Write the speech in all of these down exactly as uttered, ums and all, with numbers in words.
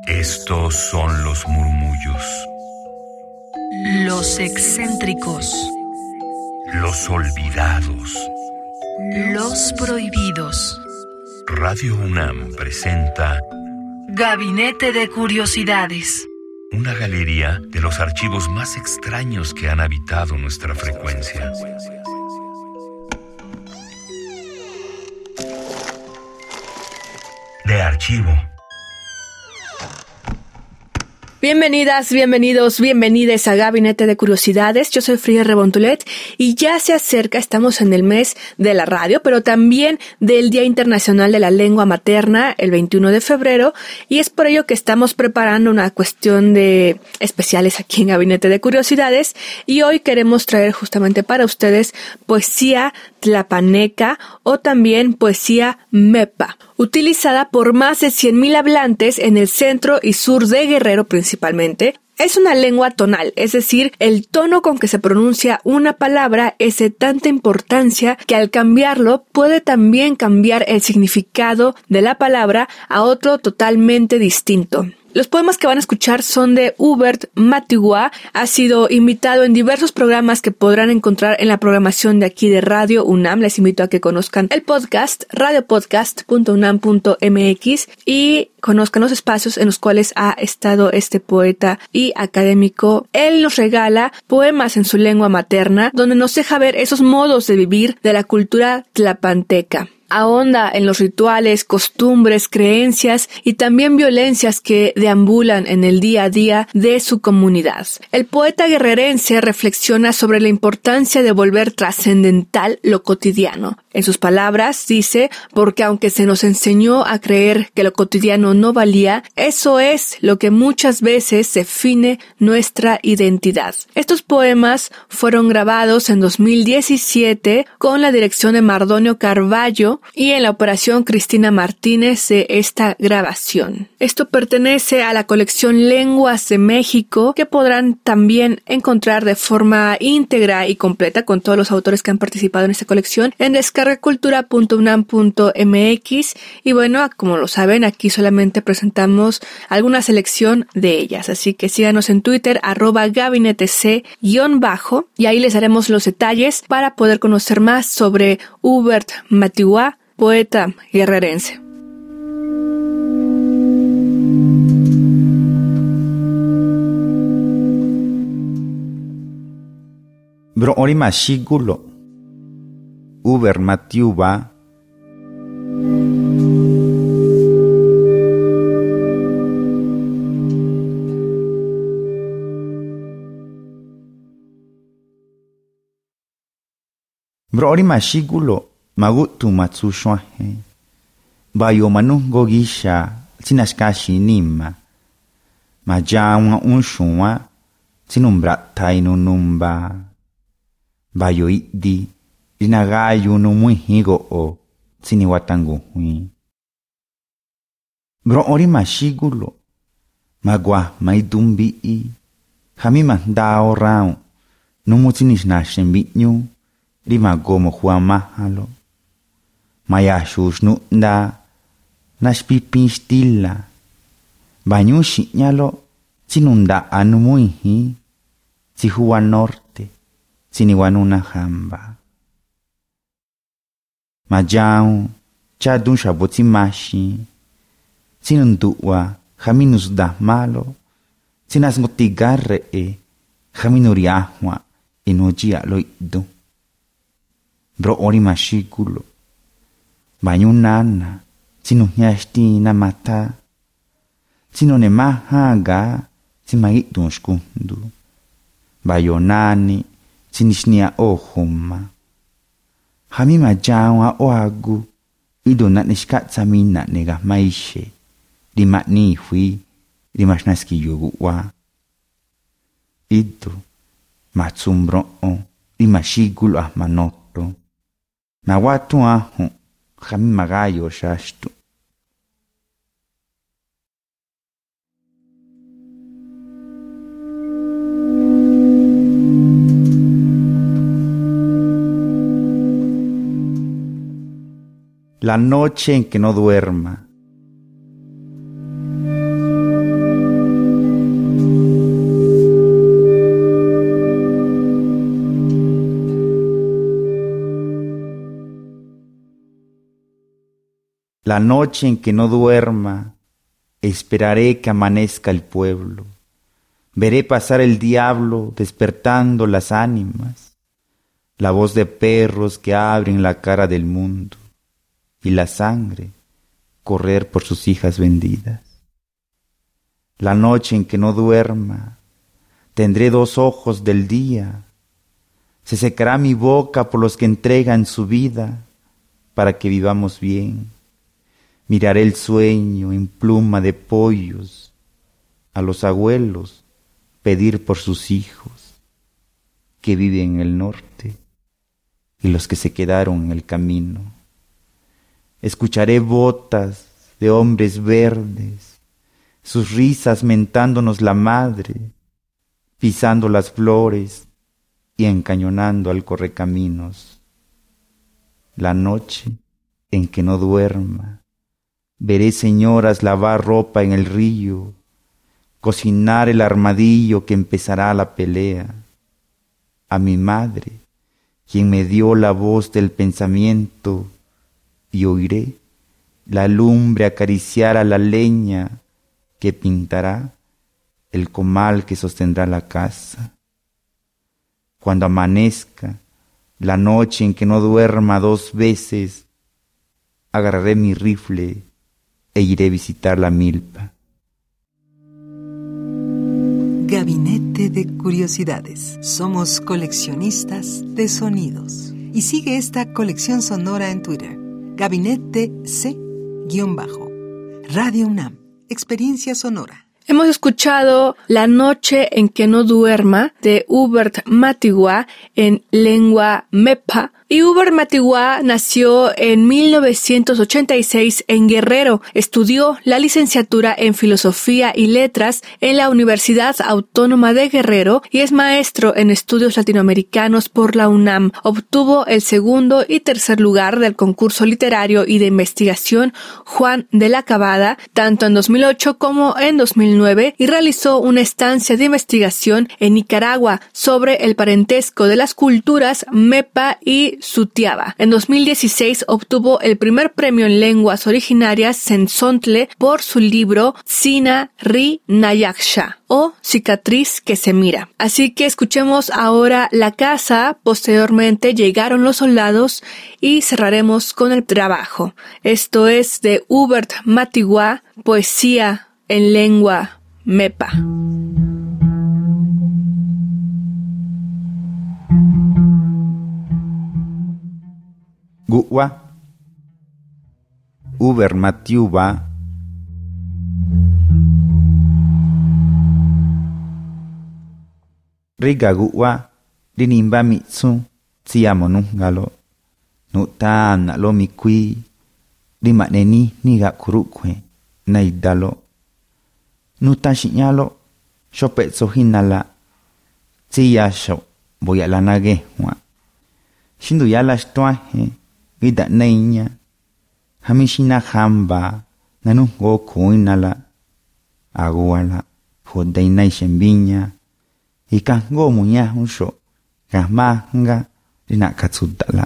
Estos son los murmullos. Los excéntricos. Los olvidados. Los prohibidos. Radio UNAM presenta Gabinete de Curiosidades. Una galería de los archivos más extraños que han habitado nuestra frecuencia. De archivo. Bienvenidas, bienvenidos, bienvenides a Gabinete de Curiosidades. Yo soy Frida Rebontulet y ya se acerca, estamos en el mes de la radio, pero también del Día Internacional de la Lengua Materna, el veintiuno de febrero, y es por ello que estamos preparando una cuestión de especiales aquí en Gabinete de Curiosidades, y hoy queremos traer justamente para ustedes poesía tlapaneca o también poesía mepa, utilizada por más de cien mil hablantes en el centro y sur de Guerrero principalmente. Es una lengua tonal, es decir, el tono con que se pronuncia una palabra es de tanta importancia que al cambiarlo puede también cambiar el significado de la palabra a otro totalmente distinto. Los poemas que van a escuchar son de Hubert Matiguá. Ha sido invitado en diversos programas que podrán encontrar en la programación de aquí de Radio UNAM. Les invito a que conozcan el podcast, radio podcast punto unam punto m x, y conozcan los espacios en los cuales ha estado este poeta y académico. Él nos regala poemas en su lengua materna, donde nos deja ver esos modos de vivir de la cultura tlapanteca. Ahonda en los rituales, costumbres, creencias y también violencias que deambulan en el día a día de su comunidad. El poeta guerrerense reflexiona sobre la importancia de volver trascendental lo cotidiano. En sus palabras dice, porque aunque se nos enseñó a creer que lo cotidiano no valía, eso es lo que muchas veces define nuestra identidad. Estos poemas fueron grabados en dos mil diecisiete con la dirección de Mardonio Carballo y en la operación Cristina Martínez de esta grabación. Esto pertenece a la colección Lenguas de México, que podrán también encontrar de forma íntegra y completa con todos los autores que han participado en esta colección en descarga cultura punto unam punto m x. Y bueno, como lo saben, aquí solamente presentamos alguna selección de ellas, así que síganos en Twitter, arroba gabinetec guión bajo, y ahí les daremos los detalles para poder conocer más sobre Hubert Matiguá, poeta guerrerense. Bro ori mashigulo Hubert Matiguá Bro ori mashigulo Magutu matsushwahe Bayo manungo gisha Tinashkashi nima Majawa unshwa Tinumbrata inunumba Bayo idi Inagayu no muhigo o Tiniwatangu hui Bro ori mashigulo Magwa maidumbi i Hami mandao rao Numutinishnash bitnyu Rima gomo hua mahalo Mayashush nunda Nashpipin stilla Banyushi nyalo Tinunda anumuihi Tihua norte Tiniwanuna hamba Majau Chadun shaboti mashi Tinunduwa Jaminus da malo Tinas ngotigarre e Jaminuriahwa Inojia loidu Bro ori mashigulo Banyunana Tinuhyashti na mata Tinone mahaga Timagitun shkundu Bayonani Tinishnia ohuma Hamima jawa oagu Idonat nishkatsa mina nega maishe Dimatni hui Dimashnaski yoguwa Idu Matsumbro o Dimashigulo ahmanoto Na watu ahu Jami magayo shashtu. La noche en que no duerma. La noche en que no duerma, esperaré que amanezca el pueblo. Veré pasar el diablo despertando las ánimas, la voz de perros que abren la cara del mundo y la sangre correr por sus hijas vendidas. La noche en que no duerma, tendré dos ojos del día. Se secará mi boca por los que entregan su vida para que vivamos bien. Miraré el sueño en pluma de pollos, a los abuelos pedir por sus hijos que viven en el norte y los que se quedaron en el camino. Escucharé botas de hombres verdes, sus risas mentándonos la madre, pisando las flores y encañonando al correcaminos. La noche en que no duerma, veré señoras lavar ropa en el río, cocinar el armadillo que empezará la pelea. A mi madre, quien me dio la voz del pensamiento, y oiré la lumbre acariciar a la leña que pintará el comal que sostendrá la casa. Cuando amanezca, la noche en que no duerma dos veces, agarraré mi rifle e iré a visitar la milpa. Gabinete de Curiosidades. Somos coleccionistas de sonidos. Y sigue esta colección sonora en Twitter. Gabinete C-Radio UNAM. Experiencia sonora. Hemos escuchado La noche en que no duerma de Hubert Matiguá en lengua mepa. Y Hubert Matiguá nació en mil novecientos ochenta y seis en Guerrero. Estudió la licenciatura en Filosofía y Letras en la Universidad Autónoma de Guerrero y es maestro en estudios latinoamericanos por la UNAM. Obtuvo el segundo y tercer lugar del concurso literario y de investigación Juan de la Cabada, tanto en dos mil ocho como en dos mil nueve, y realizó una estancia de investigación en Nicaragua sobre el parentesco de las culturas mepa y Sutiaba. En dos mil dieciséis obtuvo el primer premio en lenguas originarias Sensontle por su libro Sina Ri Nayaksha, o Cicatriz que se mira. Así que escuchemos ahora La casa, posteriormente Llegaron los soldados y cerraremos con el trabajo. Esto es de Hubert Matiguá, poesía en lengua mepa. Guwa Hubert Matiguá Riga guwa Rinimba mitsu Siamo nungalo Nuta nalo mikui Rimakneni niga kurukwe Naidalo Nuta shinyalo Shopet sohinala Siyasho Boyalanage wa Shindu yala shtuaje Gida neinya Hamishina hamba Nanungo kuinala Aguala Jodaina ishembiña Ikango muña unsho Gamanga Rina katsudala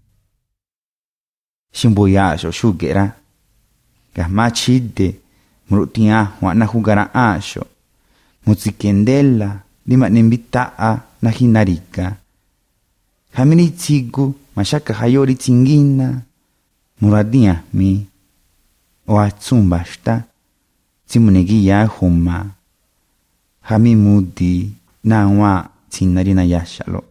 Shimboyasho shugera Gama chide Murutia wana jugara asho Mutsikendela Lima nembitaa na hinarika Hamini tsigu Mashaka hayori tsingina Muradia mi Oatsumba shta Tsimunegi ya huma Hami mudi Na wa tsinarina yashalo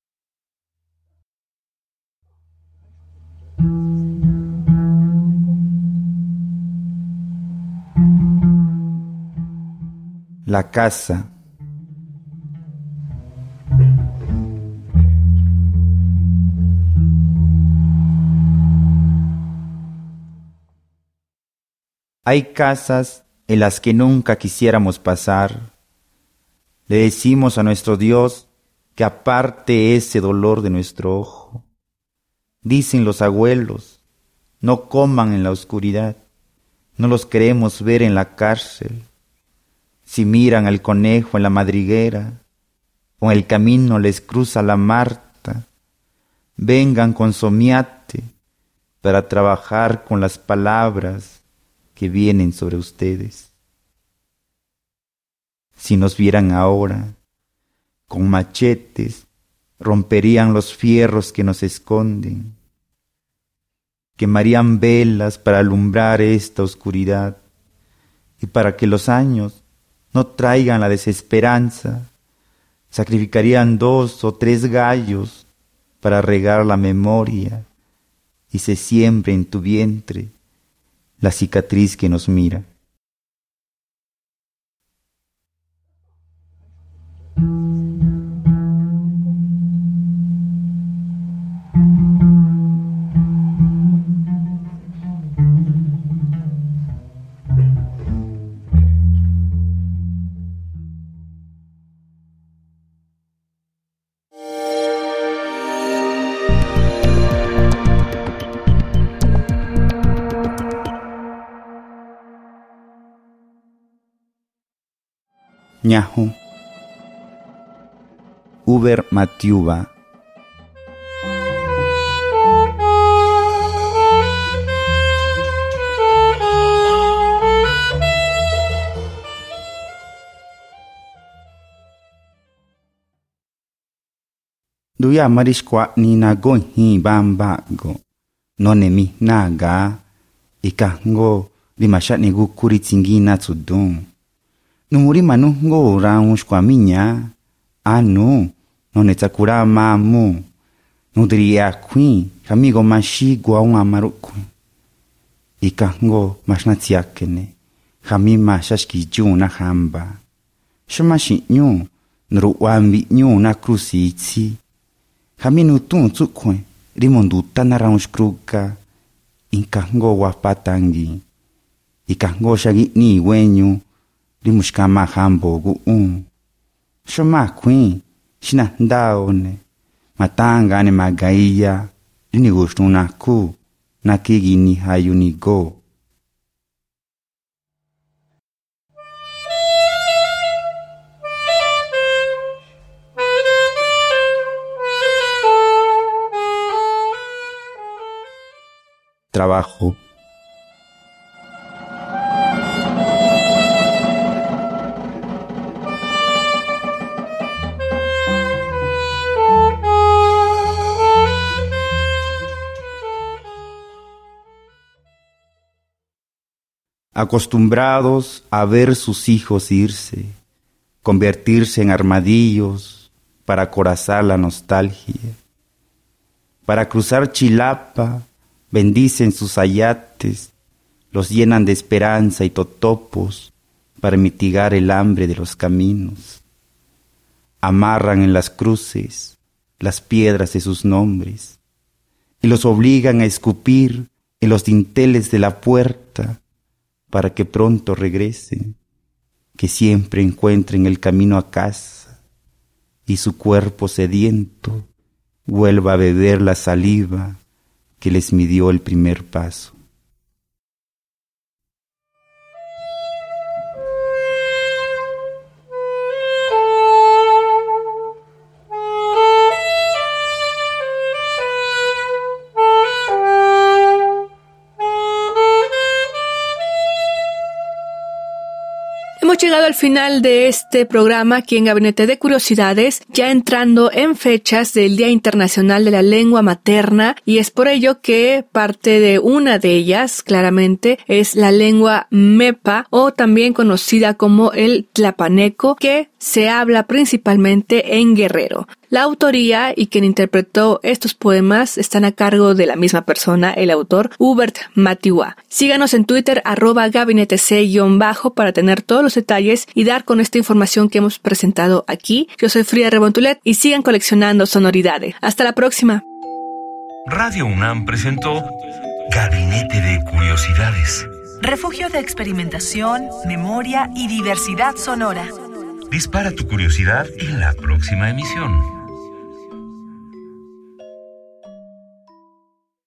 La casa. Hay casas en las que nunca quisiéramos pasar. Le decimos a nuestro Dios que aparte ese dolor de nuestro ojo. Dicen los abuelos, no coman en la oscuridad, no los queremos ver en la cárcel. Si miran al conejo en la madriguera, o en el camino les cruza la Marta, vengan con somiate, para trabajar con las palabras que vienen sobre ustedes. Si nos vieran ahora, con machetes, romperían los fierros que nos esconden, quemarían velas para alumbrar esta oscuridad y para que los años no traigan la desesperanza, sacrificarían dos o tres gallos para regar la memoria y se siembre en tu vientre la cicatriz que nos mira. Ñahu Uber Matiuba. Duya marishkwa ni nago hi bambago none mi naga ikango dimashat ni gukuri tsingina tsudum. Numuri manu ngo raunsh kwa minya anu no netakura mamu nudria qui amigo mashigwa un amaruku ikango mashnatsiakene hamima shashkijuna hamba shmashi nyu nruwambi nyu na krusitsi haminu tunzu kwe rimonduta na raunsh kruka ikango wapatangi ikango shagi ni wenyu limushkama hambogu un shoma kwi shina ndaone matanga ne magaiya lini gustuna ku nakigi ni hayunigo. Trabajo. Acostumbrados a ver sus hijos irse, convertirse en armadillos para acorazar la nostalgia. Para cruzar Chilapa, bendicen sus ayates, los llenan de esperanza y totopos para mitigar el hambre de los caminos. Amarran en las cruces las piedras de sus nombres y los obligan a escupir en los dinteles de la puerta para que pronto regresen, que siempre encuentren el camino a casa y su cuerpo sediento vuelva a beber la saliva que les midió el primer paso. Hemos llegado al final de este programa aquí en Gabinete de Curiosidades, ya entrando en fechas del Día Internacional de la Lengua Materna, y es por ello que parte de una de ellas, claramente, es la lengua mepa, o también conocida como el tlapaneco, que se habla principalmente en Guerrero. La autoría y quien interpretó estos poemas están a cargo de la misma persona, el autor, Hubert Matiwa. Síganos en Twitter, arroba gabinete c-bajo, para tener todos los detalles y dar con esta información que hemos presentado aquí. Yo soy Frida Rebontulet y sigan coleccionando sonoridades. Hasta la próxima. Radio UNAM presentó Gabinete de Curiosidades. Refugio de experimentación, memoria y diversidad sonora. Dispara tu curiosidad en la próxima emisión.